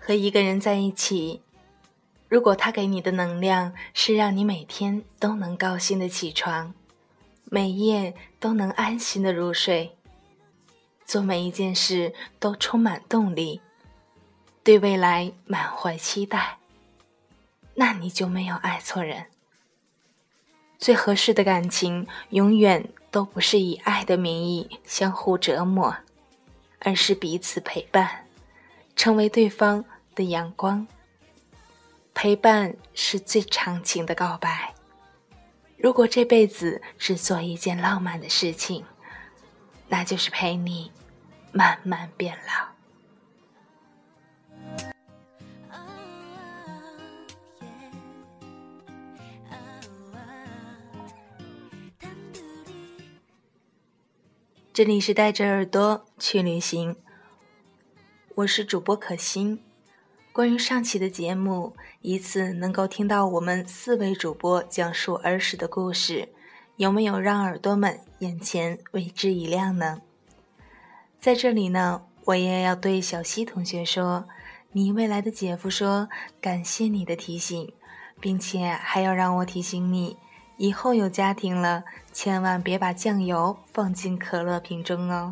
和一个人在一起，如果他给你的能量是让你每天都能高兴的起床，每夜都能安心的入睡，做每一件事都充满动力，对未来满怀期待，那你就没有爱错人。最合适的感情永远都不是以爱的名义相互折磨，而是彼此陪伴，成为对方的阳光。陪伴是最长情的告白。如果这辈子只做一件浪漫的事情，那就是陪你慢慢变老。这里是带着耳朵去旅行，我是主播可心。关于上期的节目，一次能够听到我们4位主播讲述儿时的故事，有没有让耳朵们眼前为之一亮呢？在这里呢，我也要对小西同学说，你未来的姐夫说感谢你的提醒，并且还要让我提醒你，以后有家庭了，千万别把酱油放进可乐瓶中哦。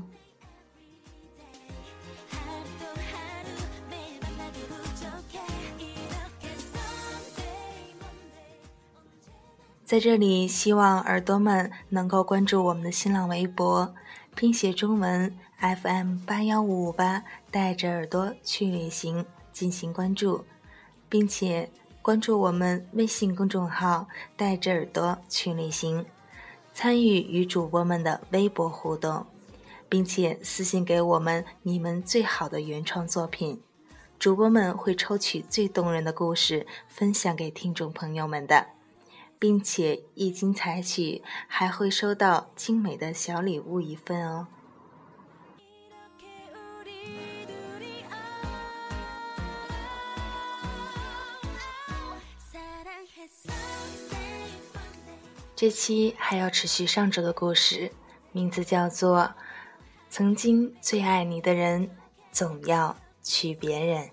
在这里，希望耳朵们能够关注我们的新浪微博，拼写中文 FM81558，带着耳朵去旅行进行关注，并且关注我们微信公众号带着耳朵去旅行，参与与主播们的微博互动，并且私信给我们你们最好的原创作品，主播们会抽取最动人的故事分享给听众朋友们的，并且一经采取还会收到精美的小礼物一份哦。这期还要持续上周的故事，名字叫做曾经最爱你的人总要娶别人。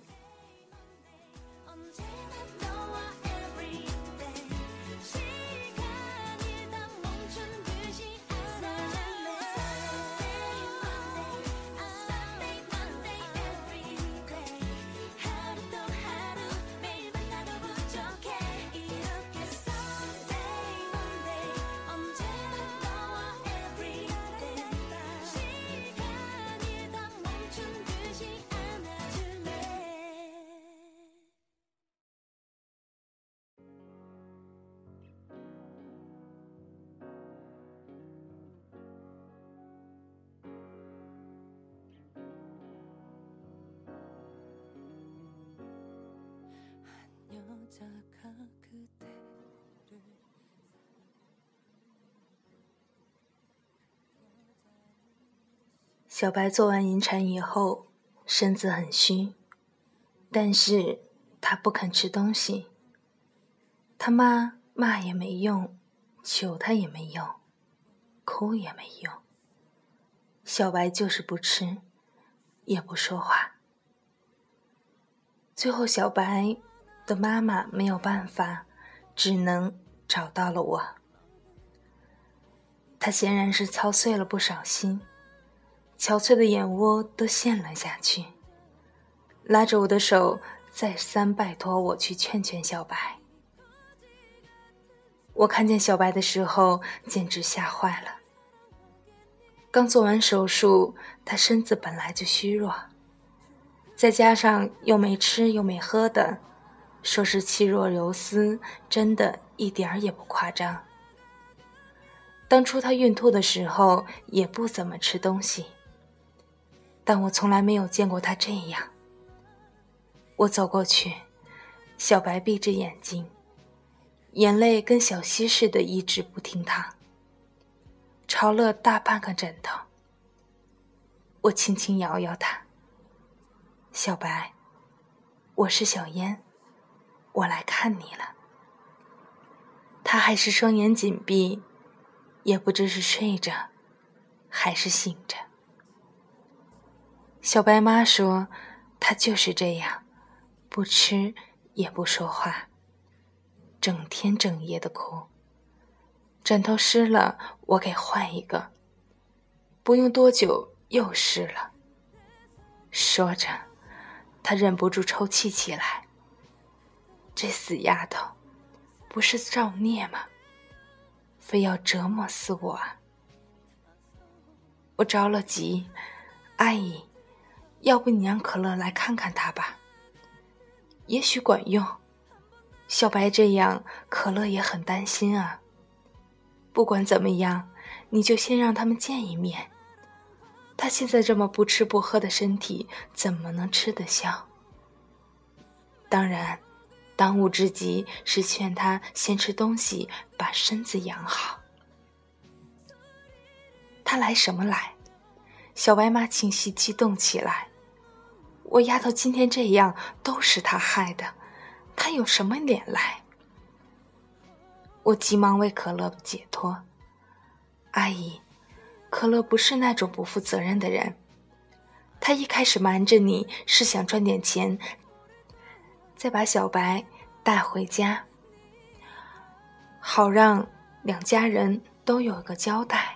小白做完引产以后，身子很虚，但是他不肯吃东西。他妈骂也没用，求他也没用，哭也没用。小白就是不吃，也不说话。最后小白的妈妈没有办法，只能找到了我。他显然是操碎了不少心，憔悴的眼窝都陷了下去，拉着我的手再三拜托我去劝劝小白。我看见小白的时候简直吓坏了。刚做完手术，他身子本来就虚弱，再加上又没吃又没喝的，说是气若游丝，真的一点儿也不夸张。当初他孕吐的时候也不怎么吃东西，但我从来没有见过他这样。我走过去，小白闭着眼睛，眼泪跟小溪似的一直不停淌，潮了大半个枕头。我轻轻摇摇他，小白，我是小燕，我来看你了。他还是双眼紧闭，也不知是睡着还是醒着。小白妈说，他就是这样， 不吃也不说话，整天整夜的哭。枕头湿了，我给换一个，不用多久又湿了。说着，她忍不住抽泣起来。这死丫头，不是造孽吗？非要折磨死我啊！我着了急，阿姨，要不你让可乐来看看他吧，也许管用。小白这样，可乐也很担心啊。不管怎么样，你就先让他们见一面。他现在这么不吃不喝的身体，怎么能吃得消？当然，当务之急是劝他先吃东西，把身子养好。他来什么来？小白妈情绪激动起来。我丫头今天这样，都是他害的，他有什么脸来？我急忙为可乐解脱。阿姨，可乐不是那种不负责任的人，他一开始瞒着你是想赚点钱，再把小白带回家，好让两家人都有个交代。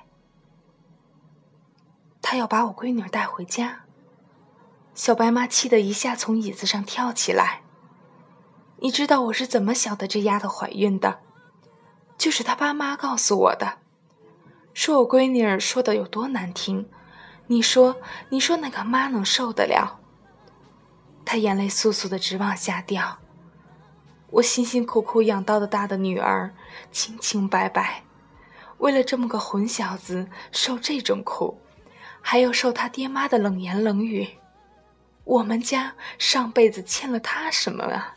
他要把我闺女带回家。小白妈气得一下从椅子上跳起来。你知道我是怎么晓得这丫头怀孕的？就是她爸妈告诉我的，说我闺女儿说的有多难听，你说哪个妈能受得了？她眼泪簌簌的直往下掉。我辛辛苦苦养到的大的女儿，清清白白，为了这么个混小子受这种苦，还要受他爹妈的冷言冷语，我们家上辈子欠了他什么啊？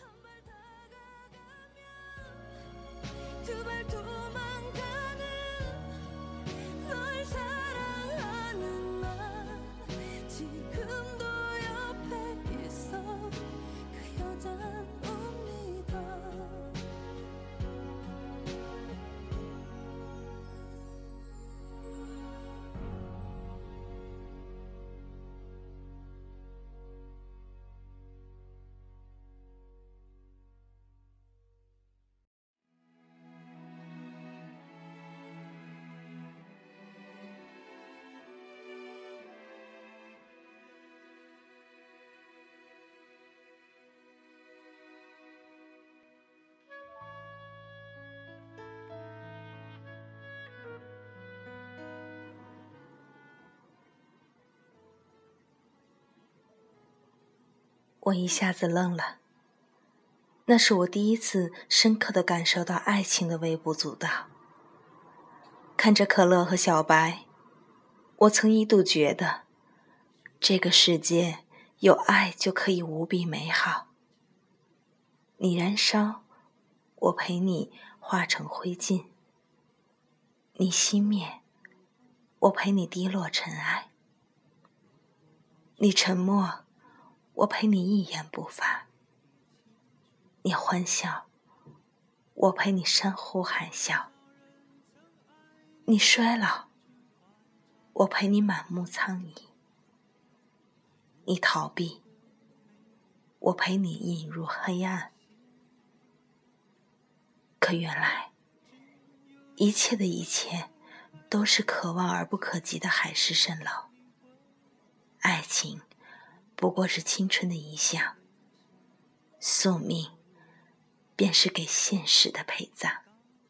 我一下子愣了，那是我第一次深刻地感受到爱情的微不足道。看着可乐和小白，我曾一度觉得，这个世界有爱就可以无比美好。你燃烧，我陪你化成灰烬；你熄灭，我陪你滴落尘埃；你沉默，我陪你一言不发；你欢笑，我陪你山呼海啸；你衰老，我陪你满目苍夷；你逃避，我陪你引入黑暗。可原来，一切的一切，都是可望而不可及的海市蜃楼。爱情不过是青春的一项，宿命便是给现实的陪葬。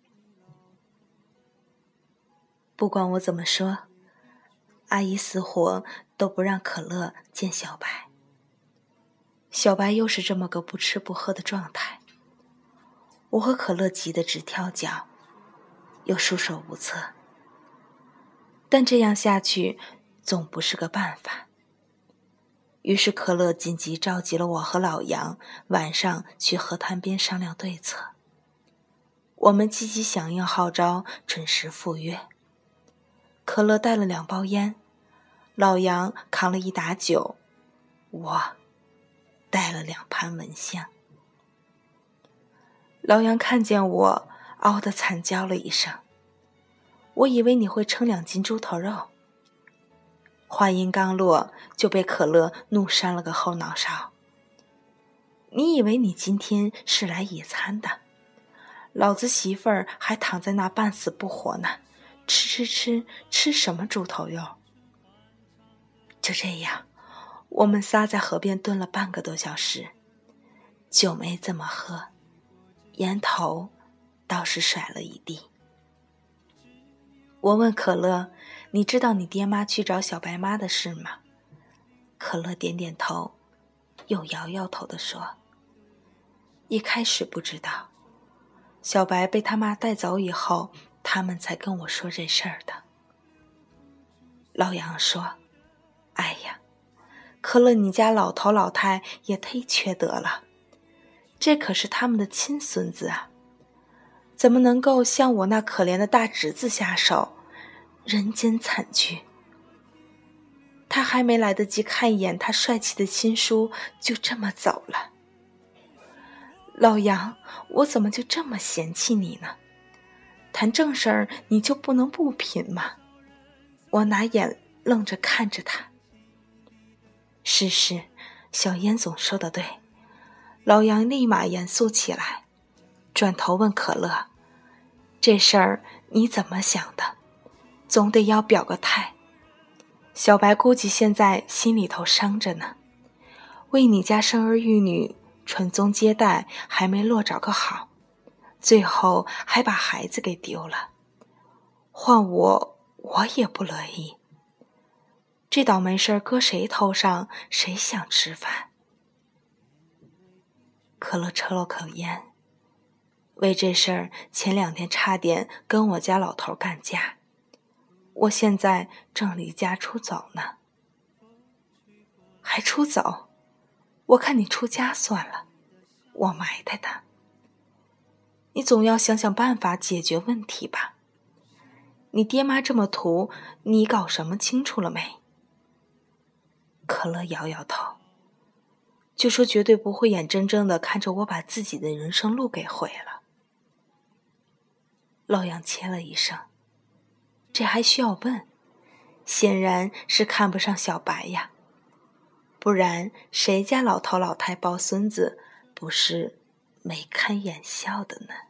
不管我怎么说，阿姨死活都不让可乐见小白。小白又是这么个不吃不喝的状态，我和可乐急得直跳脚，又束手无策。但这样下去总不是个办法。于是可乐紧急召集了我和老杨，晚上去河滩边商量对策。我们积极响应号召，准时赴约。可乐带了2包烟，老杨扛了1打酒，我带了2盘蚊香。老杨看见我，嗷地惨叫了一声，我以为你会称2斤猪头肉。话音刚落，就被可乐怒扇了个后脑勺。 你以为你今天是来野餐的？老子媳妇儿还躺在那半死不活呢，吃什么猪头肉？就这样，我们仨在河边蹲了半个多小时，酒没怎么喝，烟头倒是甩了一地。我问可乐，你知道你爹妈去找小白妈的事吗？可乐点点头，又摇摇头地说，一开始不知道，小白被他妈带走以后，他们才跟我说这事儿的。老杨说，哎呀，可乐你家老头老太也忒缺德了，这可是他们的亲孙子啊，怎么能够向我那可怜的大侄子下手，人间惨剧。他还没来得及看一眼他帅气的亲叔，就这么走了。老杨，我怎么就这么嫌弃你呢？谈正事儿你就不能不品吗？我拿眼愣着看着他。是，小烟总说得对。老杨立马严肃起来，转头问可乐，这事儿你怎么想的？总得要表个态。小白估计现在心里头伤着呢，为你家生儿育女，传宗接代还没落着个好，最后还把孩子给丢了。换我也不乐意。这倒霉事儿搁谁头上，谁想吃饭？可乐抽了口烟，为这事儿前2天差点跟我家老头干架，我现在正离家出走呢。还出走？我看你出家算了，我埋汰他。你总要想想办法解决问题吧。你爹妈这么图，你搞什么清楚了没？可乐摇摇头，就说绝对不会眼睁睁地看着我把自己的人生路给毁了。老杨切了一声，这还需要问？显然是看不上小白呀，不然谁家老头老太抱孙子不是眉开眼笑的呢？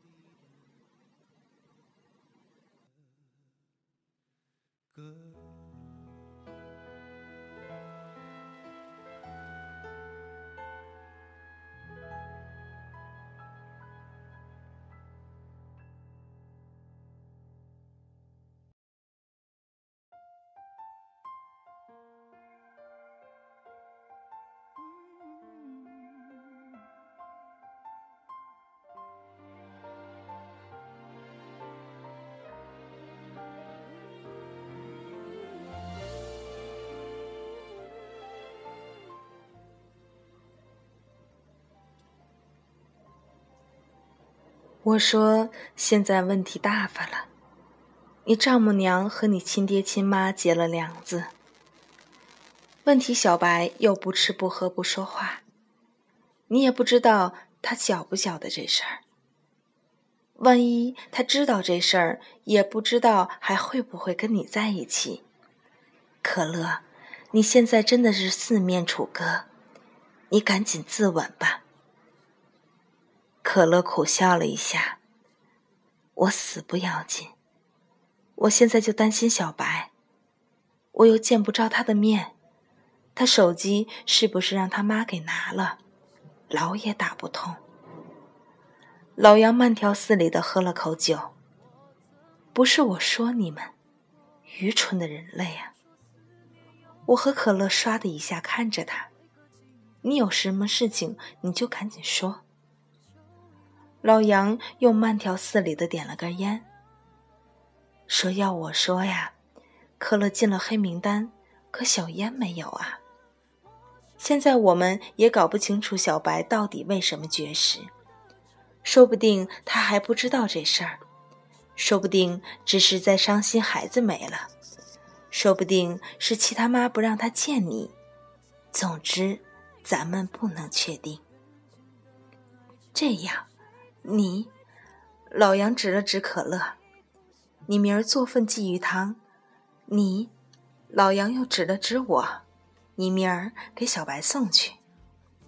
我说现在问题大发了，你丈母娘和你亲爹亲妈结了梁子，问题小白又不吃不喝不说话，你也不知道他晓不晓得这事儿。万一他知道这事儿，也不知道还会不会跟你在一起。可乐，你现在真的是四面楚歌，你赶紧自刎吧。可乐苦笑了一下，我死不要紧，我现在就担心小白，我又见不着他的面，他手机是不是让他妈给拿了，老也打不通。老杨慢条斯理地喝了口酒，不是我说你们，愚蠢的人类啊！我和可乐唰的一下看着他，你有什么事情你就赶紧说。老杨又慢条斯理地点了根烟，说要我说呀，可乐进了黑名单，可小烟没有啊。现在我们也搞不清楚小白到底为什么绝食，说不定他还不知道这事儿，说不定只是在伤心孩子没了，说不定是其他妈不让他见你，总之咱们不能确定。这样你，老杨指了指可乐，你明儿做份鲫鱼汤，你，老杨又指了指我，你明儿给小白送去。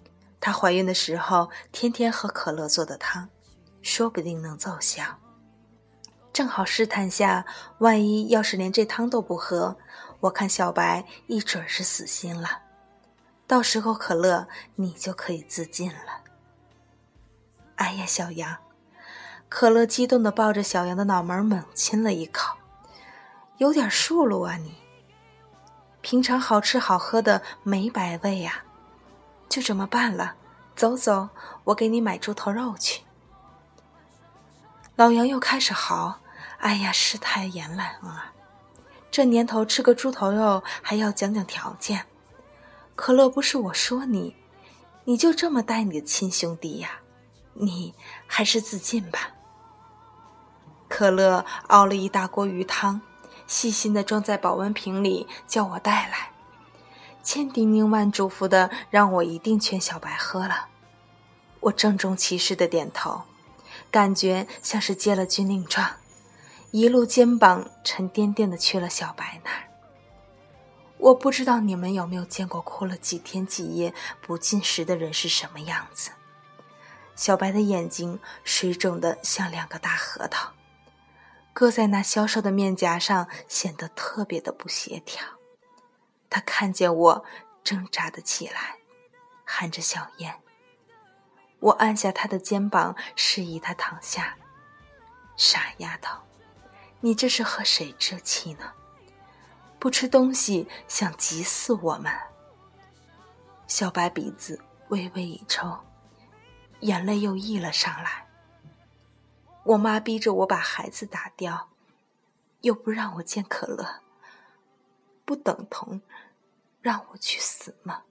她怀孕的时候天天喝可乐做的汤，说不定能奏效。正好试探下，万一要是连这汤都不喝，我看小白一准是死心了。到时候可乐你就可以自尽了。哎呀，小杨！可乐激动地抱着小杨的脑门猛亲了一口。有点数路啊你！平常好吃好喝的没白喂呀，就这么办了。走走，我给你买猪头肉去。老杨又开始嚎，哎呀，世态炎凉啊！这年头吃个猪头肉还要讲讲条件。可乐不是我说你，你就这么待你的亲兄弟呀？你还是自尽吧。可乐熬了一大锅鱼汤，细心地装在保温瓶里，叫我带来，千叮咛万嘱咐的让我一定劝小白喝了。我郑重其事地点头，感觉像是接了军令状，一路肩膀沉甸甸地去了小白那儿。我不知道你们有没有见过哭了几天几夜不进食的人是什么样子。小白的眼睛水肿得像两个大核桃，搁在那消瘦的面颊上显得特别的不协调。他看见我挣扎得起来，含着笑咽。我按下他的肩膀，示意他躺下。傻丫头，你这是和谁置气呢？不吃东西想急死我们。小白鼻子微微一抽，眼泪又溢了上来。我妈逼着我把孩子打掉，又不让我见可乐，不等同让我去死吗？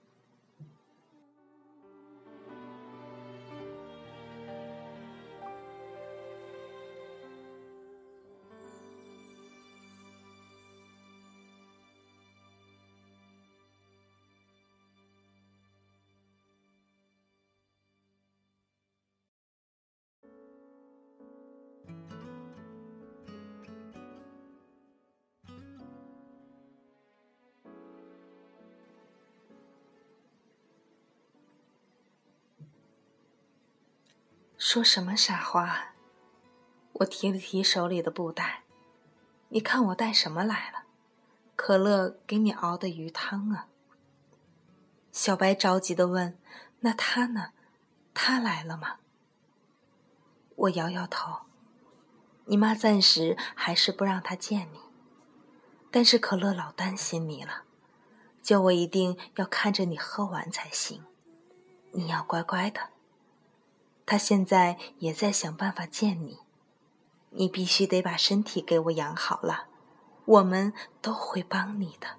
说什么傻话？我提了提手里的布袋，你看我带什么来了？可乐给你熬的鱼汤啊。小白着急地问，那他呢？他来了吗？我摇摇头，你妈暂时还是不让他见你，但是可乐老担心你了，叫我一定要看着你喝完才行，你要乖乖的。他现在也在想办法见你，你必须得把身体给我养好了，我们都会帮你的。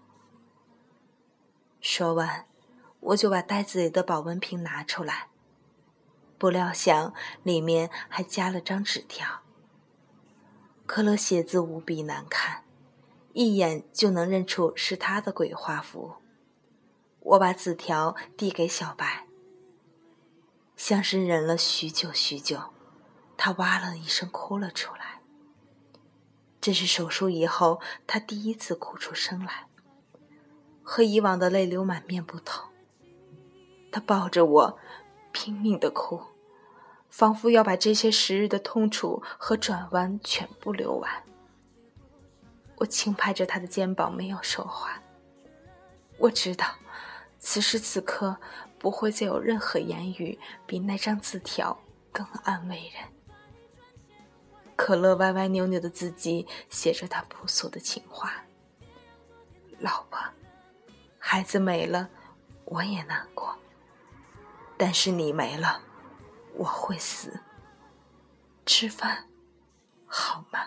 说完，我就把袋子里的保温瓶拿出来，不料想里面还加了张纸条。可乐写字无比难看，一眼就能认出是他的鬼画符。我把纸条递给小白，像是忍了许久许久，他哇了一声哭了出来。这是手术以后他第一次哭出声来，和以往的泪流满面不同。他抱着我拼命地哭，仿佛要把这些时日的痛楚和转弯全部流完。我轻拍着他的肩膀，没有说话。我知道此时此刻不会再有任何言语比那张字条更安慰人。可乐歪歪扭扭的字迹写着他朴素的情话，老婆，孩子没了我也难过，但是你没了我会死，吃饭好吗？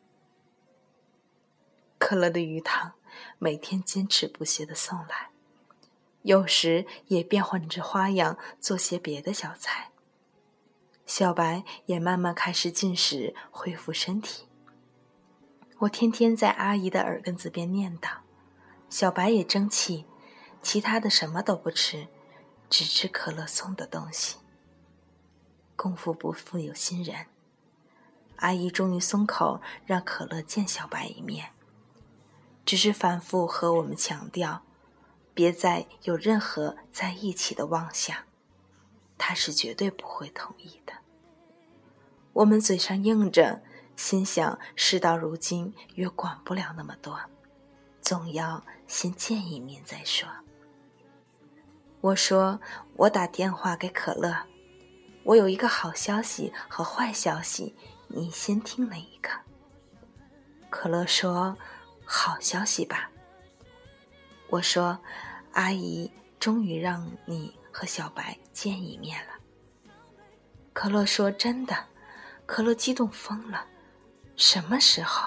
可乐的鱼汤每天坚持不懈地送来，有时也变换着花样做些别的小菜。小白也慢慢开始进食，恢复身体。我天天在阿姨的耳根子边念叨，小白也争气，其他的什么都不吃，只吃可乐送的东西。功夫不负有心人，阿姨终于松口让可乐见小白一面，只是反复和我们强调，别再有任何在一起的妄想。 他是绝对不会同意的。我们嘴上应着，心想事到如今也管不了那么多，总要先见一面再说。我说我打电话给可乐，我有一个好消息和坏消息，你先听哪一个？可乐说好消息吧。我说阿姨终于让你和小白见一面了。可乐说真的？可乐激动疯了。什么时候？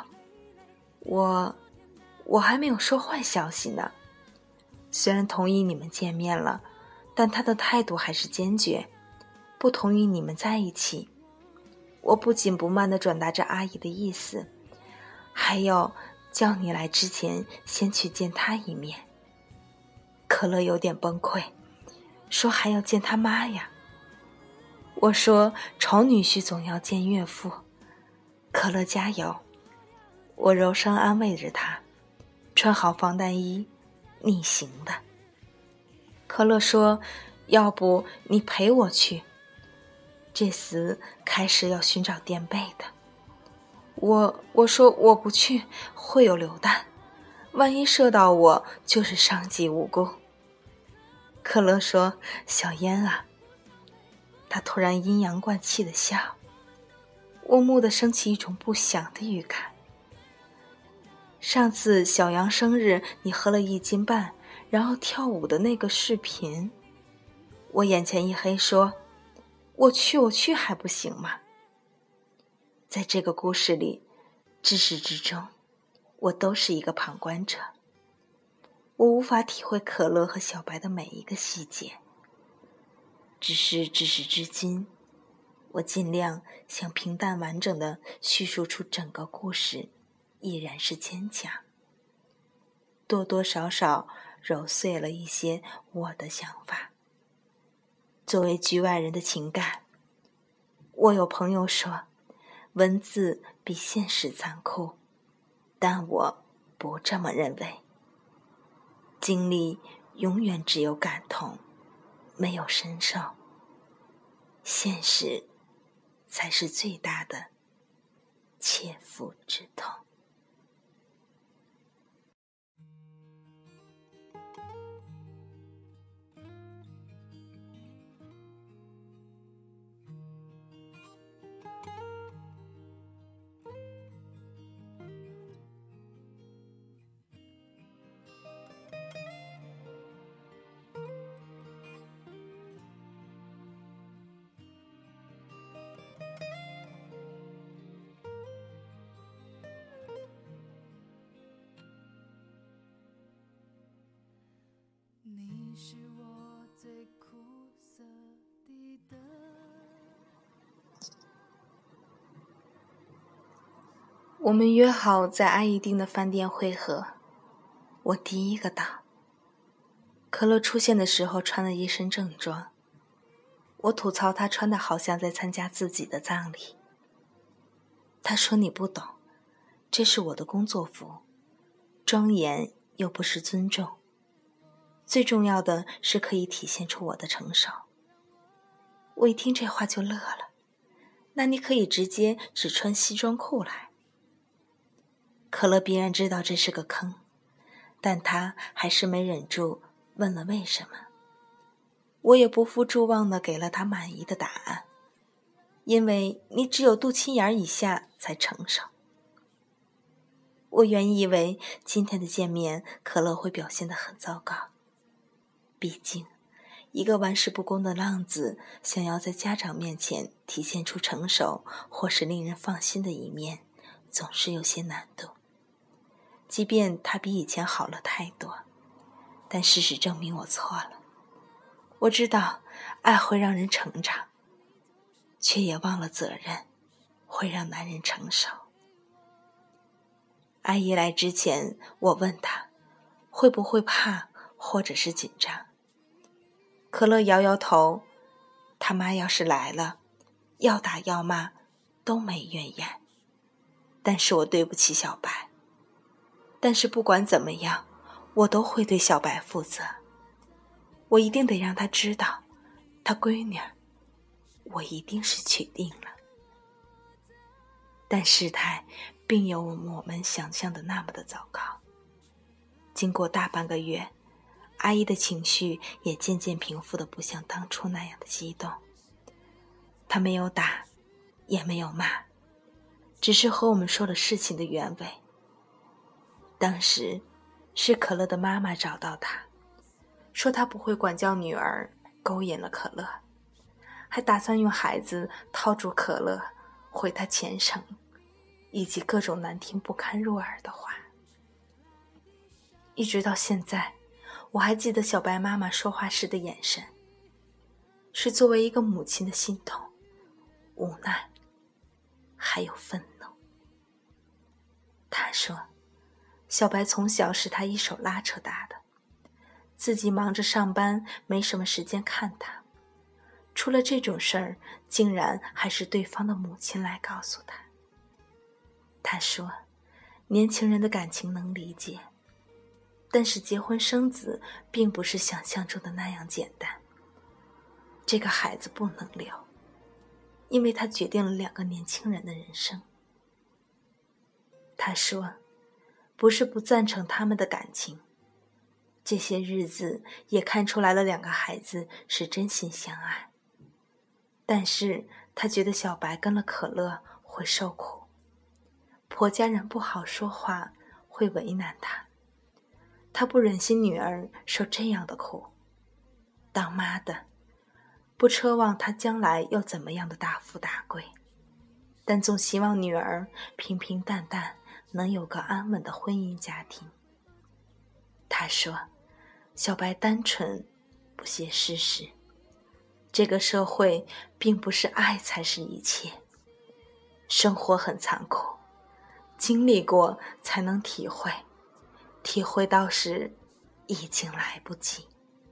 我还没有说坏消息呢。虽然同意你们见面了，但他的态度还是坚决，不同意你们在一起。我不紧不慢地转达着阿姨的意思，还有叫你来之前先去见他一面。可乐有点崩溃，说还要见他妈呀。我说丑女婿总要见岳父。可乐加油。我柔声安慰着他，穿好防弹衣，你行的。可乐说要不你陪我去。这厮开始要寻找垫背的。我说我不去，会有流弹，万一射到我就是伤及无辜。可乐说小烟啊。他突然阴阳怪气地笑，我蓦地升起一种不祥的预感。上次小杨生日你喝了1斤半，然后跳舞的那个视频，我眼前一黑说我去还不行吗？在这个故事里，至始至终我都是一个旁观者，我无法体会可乐和小白的每一个细节。只是至始至今，我尽量想平淡完整地叙述出整个故事，依然是牵强，多多少少揉碎了一些我的想法。作为局外人的情感，我有朋友说文字比现实残酷，但我不这么认为。经历永远只有感同，没有深受，现实才是最大的切肤之痛。 你是我最苦涩的灯。 我们约好在阿姨订的饭店会合，我第一个到。可乐出现的时候穿了一身正装，我吐槽他穿的好像在参加自己的葬礼。他说你不懂，这是我的工作服，庄严又不失尊重，最重要的是可以体现出我的成熟。我一听这话就乐了，那你可以直接只穿西装裤来。可乐必然知道这是个坑，但他还是没忍住问了为什么。我也不负众望地给了他满意的答案，因为你只有肚脐眼以下才成熟。我原以为今天的见面可乐会表现得很糟糕，毕竟一个玩世不恭的浪子想要在家长面前体现出成熟或是令人放心的一面，总是有些难度。即便他比以前好了太多，但事实证明我错了。我知道爱会让人成长，却也忘了责任会让男人成熟。阿姨来之前，我问她会不会怕或者是紧张。可乐摇摇头，他妈要是来了，要打要骂都没怨言。但是我对不起小白，但是不管怎么样，我都会对小白负责。我一定得让他知道，他闺女我一定是娶定了。但事态并有我们想象的那么的糟糕。经过大半个月，阿姨的情绪也渐渐平复的不像当初那样的激动。她没有打，也没有骂，只是和我们说了事情的原委。当时是可乐的妈妈找到她，说她不会管教女儿，勾引了可乐，还打算用孩子套住可乐，毁她前程，以及各种难听不堪入耳的话。一直到现在，我还记得小白妈妈说话时的眼神，是作为一个母亲的心痛、无奈，还有愤怒。她说，小白从小是她一手拉扯大的，自己忙着上班，没什么时间看她。出了这种事儿，竟然还是对方的母亲来告诉她。她说，年轻人的感情能理解，但是结婚生子并不是想象中的那样简单。这个孩子不能留，因为他决定了2个年轻人的人生。他说，不是不赞成他们的感情，这些日子也看出来了2个孩子是真心相爱，但是他觉得小白跟了可乐会受苦，婆家人不好说话，会为难他。他不忍心女儿受这样的苦，当妈的不奢望她将来要怎么样的大富大贵，但总希望女儿平平淡淡，能有个安稳的婚姻家庭。他说，小白单纯，不屑事实。这个社会并不是爱才是一切，生活很残酷，经历过才能体会，体会到时已经来不及。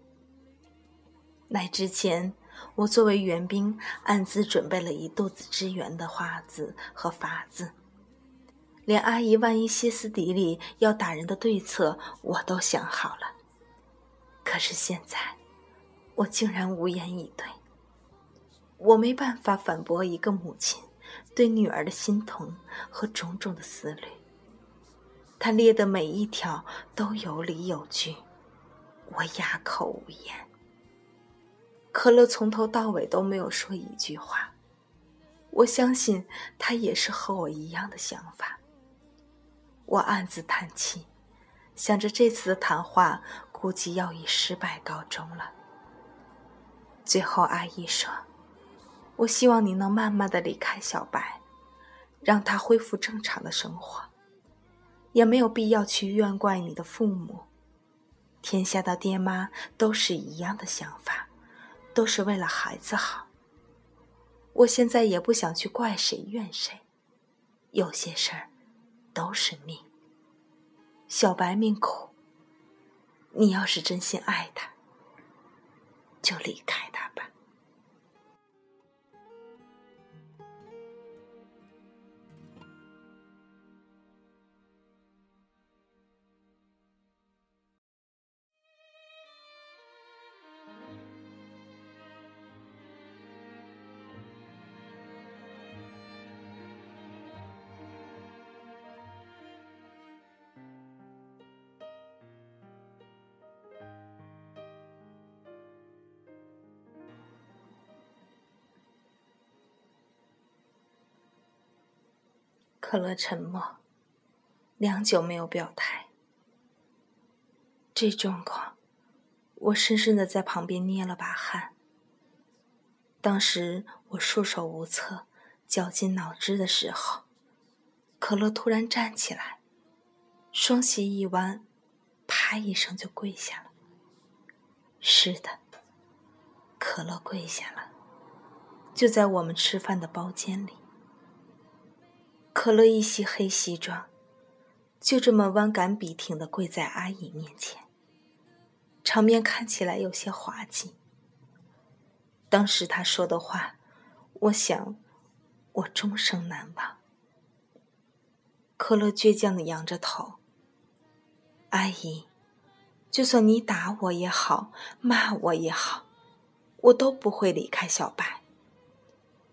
来之前，我作为援兵暗自准备了一肚子支援的话子和法子，连阿姨万一歇斯底里要打人的对策我都想好了。可是现在我竟然无言以对，我没办法反驳一个母亲对女儿的心疼和种种的思虑，她列的每一条都有理有据，我哑口无言。可乐从头到尾都没有说一句话，我相信他也是和我一样的想法。我暗自叹气，想着这次的谈话估计要以失败告终了。最后阿姨说，我希望你能慢慢的离开小白，让他恢复正常的生活，也没有必要去怨怪你的父母。天下的爹妈都是一样的想法，都是为了孩子好。我现在也不想去怪谁怨谁，有些事儿都是命。小白命苦，你要是真心爱他，就离开他吧。可乐沉默，良久没有表态。这状况，我深深地在旁边捏了把汗。当时我束手无策，绞尽脑汁的时候，可乐突然站起来，双膝一弯，啪一声就跪下了。是的，可乐跪下了，就在我们吃饭的包间里。可乐一袭黑西装，就这么弯杆笔挺地跪在阿姨面前，场面看起来有些滑稽。当时他说的话，我想我终生难忘。可乐倔强地扬着头，阿姨，就算你打我也好，骂我也好，我都不会离开小白。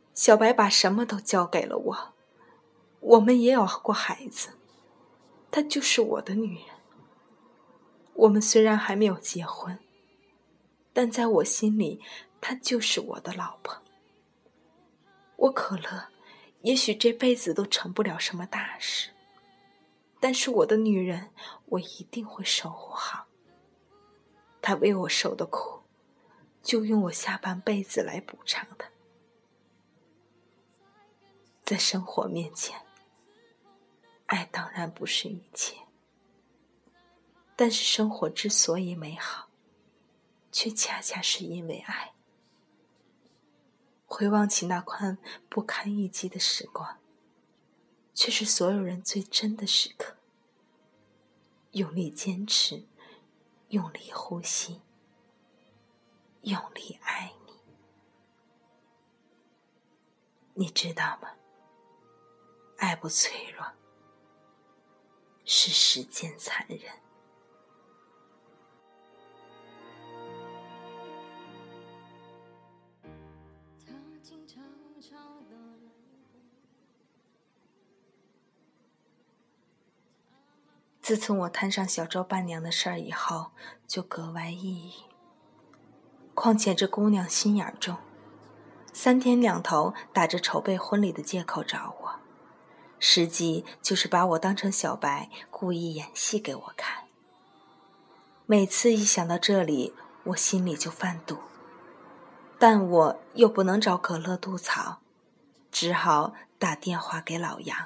小白把什么都交给了我，我们也有过孩子，她就是我的女人。我们虽然还没有结婚，但在我心里，她就是我的老婆。我可乐也许这辈子都成不了什么大事，但是我的女人我一定会守护好。她为我受的苦，就用我下半辈子来补偿她。在生活面前，爱当然不是一切，但是生活之所以美好，却恰恰是因为爱。回望起那段不堪一击的时光，却是所有人最真的时刻。用力坚持，用力呼吸，用力爱你。你知道吗？爱不脆弱，是世间残忍。自从我摊上小周伴娘的事儿以后，就格外抑郁。况且这姑娘心眼重，3天2头打着筹备婚礼的借口找我，实际就是把我当成小白，故意演戏给我看。每次一想到这里，我心里就犯堵，但我又不能找可乐吐槽，只好打电话给老杨。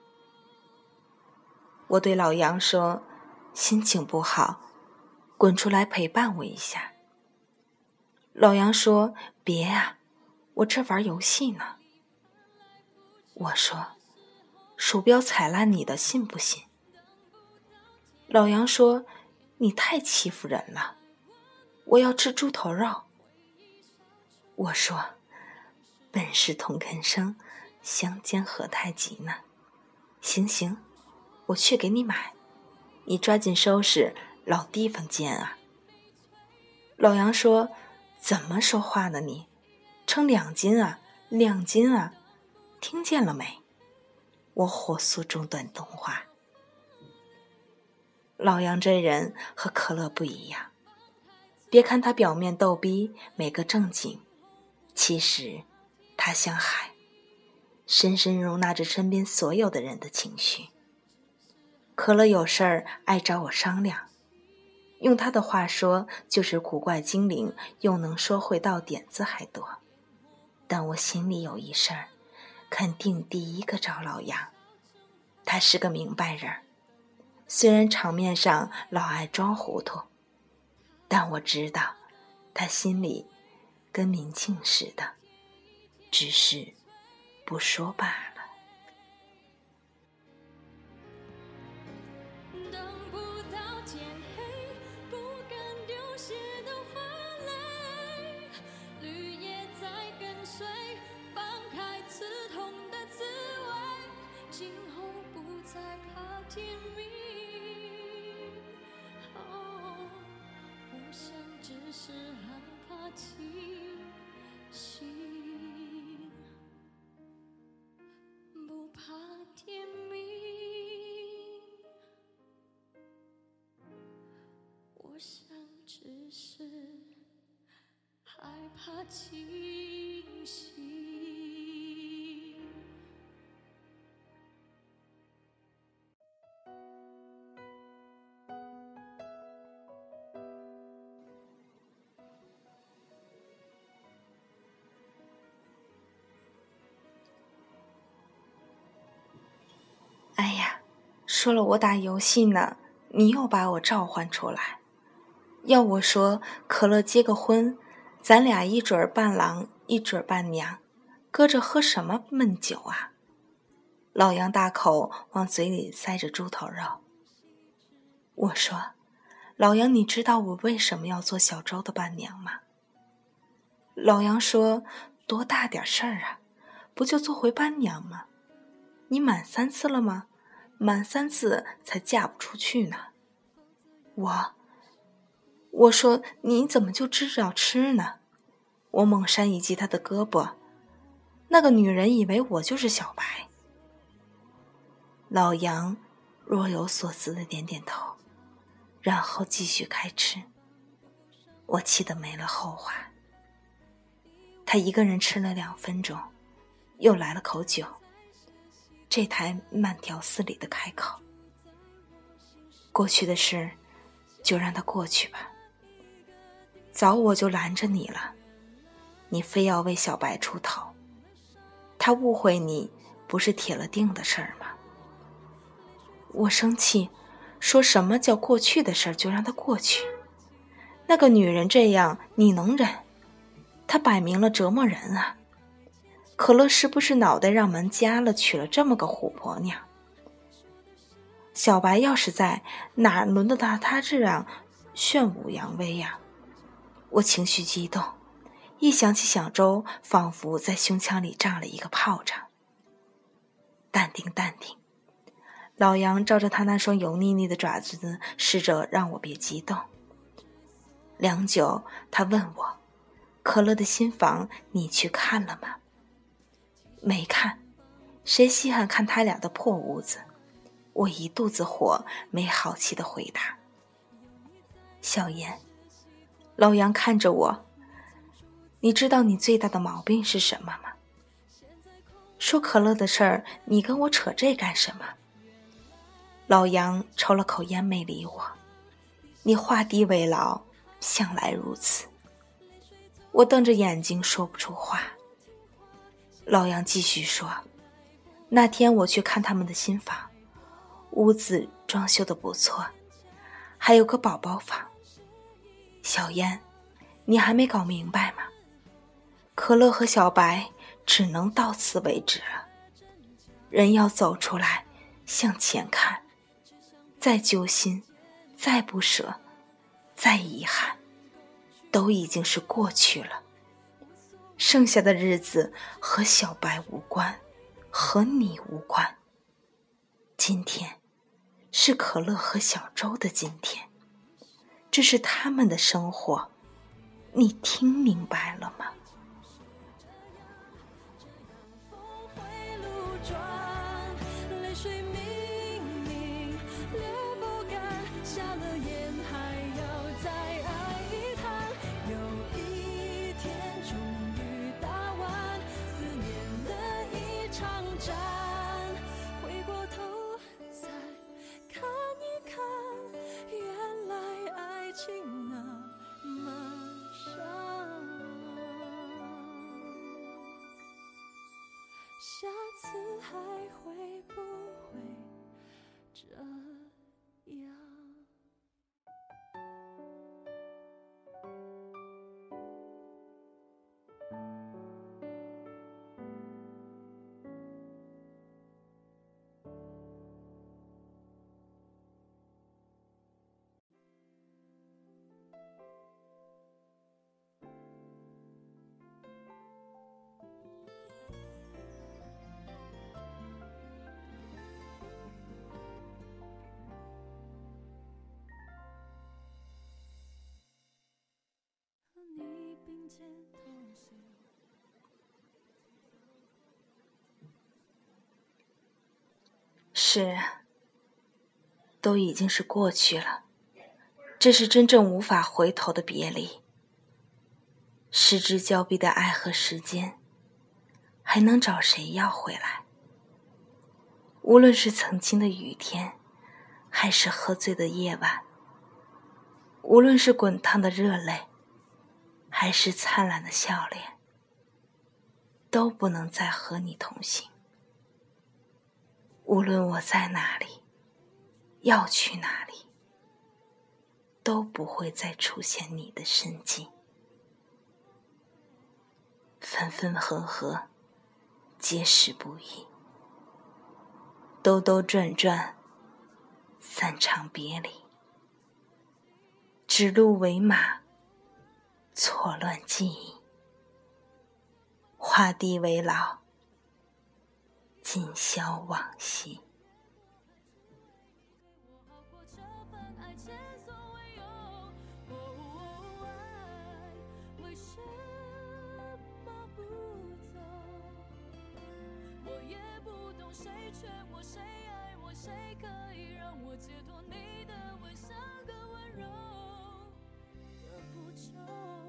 我对老杨说，心情不好，滚出来陪伴我一下。老杨说，别啊，我这玩游戏呢。我说，鼠标踩烂你的信不信？老杨说，你太欺负人了，我要吃猪头肉。我说，本是同根生，相煎何太急呢？行，我去给你买，你抓紧收拾，老地方见啊。老杨说，怎么说话呢你？称2斤啊，2斤啊，听见了没？我火速中断通话。老杨这人和可乐不一样，别看他表面逗逼，没个正经，其实他像海，深深容纳着身边所有的人的情绪。可乐有事儿爱找我商量，用他的话说，就是古怪精灵，又能说会道点子还多。但我心里有一事儿，肯定第一个找老杨。他是个明白人，虽然场面上老爱装糊涂，但我知道他心里跟明镜似的，只是不说罢了。 只是害怕清醒，不怕天明。我想只是害怕清醒。 哎呀，说了我打游戏呢，你又把我召唤出来。要我说，可乐结个婚，咱俩一准儿伴郎，一准儿伴娘，搁着喝什么闷酒啊？老杨大口往嘴里塞着猪头肉。我说，老杨，你知道我为什么要做小周的伴娘吗？老杨说，多大点事儿啊，不就做回伴娘吗？你满3次了吗？满3次才嫁不出去呢。我说，你怎么就知道吃呢？我猛扇一击他的胳膊。 那个女人以为我就是小白。老杨若有所思地点点头，然后继续开吃。我气得没了后话。他一个人吃了2分钟，又来了口酒，这才慢条斯理地开口：过去的事就让它过去吧。早我就拦着你了，你非要为小白出头，他误会你不是铁了定的事儿吗？我生气，说什么叫过去的事儿就让它过去？那个女人这样你能忍？她摆明了折磨人啊！可乐是不是脑袋让门夹了，娶了这么个虎婆娘？小白要是在，哪轮得到他这样炫武扬威呀？我情绪激动，一想起小周，仿佛在胸腔里炸了一个炮仗。淡定淡定，老杨照着他那双油腻腻的爪子，试着让我别激动。良久，他问我：可乐的新房你去看了吗？没看，谁稀罕看他俩的破屋子？我一肚子火，没好气地回答。小妍，老杨看着我，你知道你最大的毛病是什么吗？说可乐的事儿，你跟我扯这干什么？老杨抽了口烟没理我。你画地为牢，向来如此。我瞪着眼睛说不出话。老杨继续说，那天我去看他们的新房，屋子装修得不错，还有个宝宝房。小燕，你还没搞明白吗？可乐和小白只能到此为止了。人要走出来，向前看，再揪心，再不舍，再遗憾，都已经是过去了。剩下的日子和小白无关，和你无关。今天是可乐和小周的今天，这是他们的生活，你听明白了吗？ 下次还会不会这样？你并肩同行。 是啊，都已经是过去了，这是真正无法回头的别离。失之交臂的爱和时间，还能找谁要回来？无论是曾经的雨天，还是喝醉的夜晚，无论是滚烫的热泪，还是灿烂的笑脸，都不能再和你同行。无论我在哪里，要去哪里，都不会再出现你的身迹。分分合合，皆是不易；兜兜转转，散场别离。指鹿为马，错乱记忆；画地为牢，尽消往昔。 劝我，谁爱我，谁可以让我解脱你的吻，像个温柔的符咒。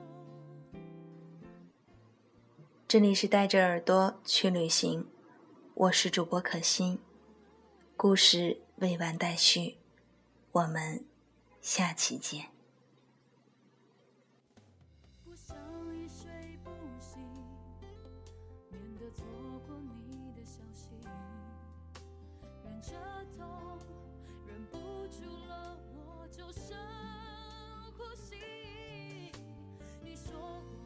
这里是带着耳朵去旅行，我是主播可心，故事未完待续，我们下期见。 不想一睡不醒，免得错过你的消息，忍着痛，忍不住了，我就深呼吸。你说过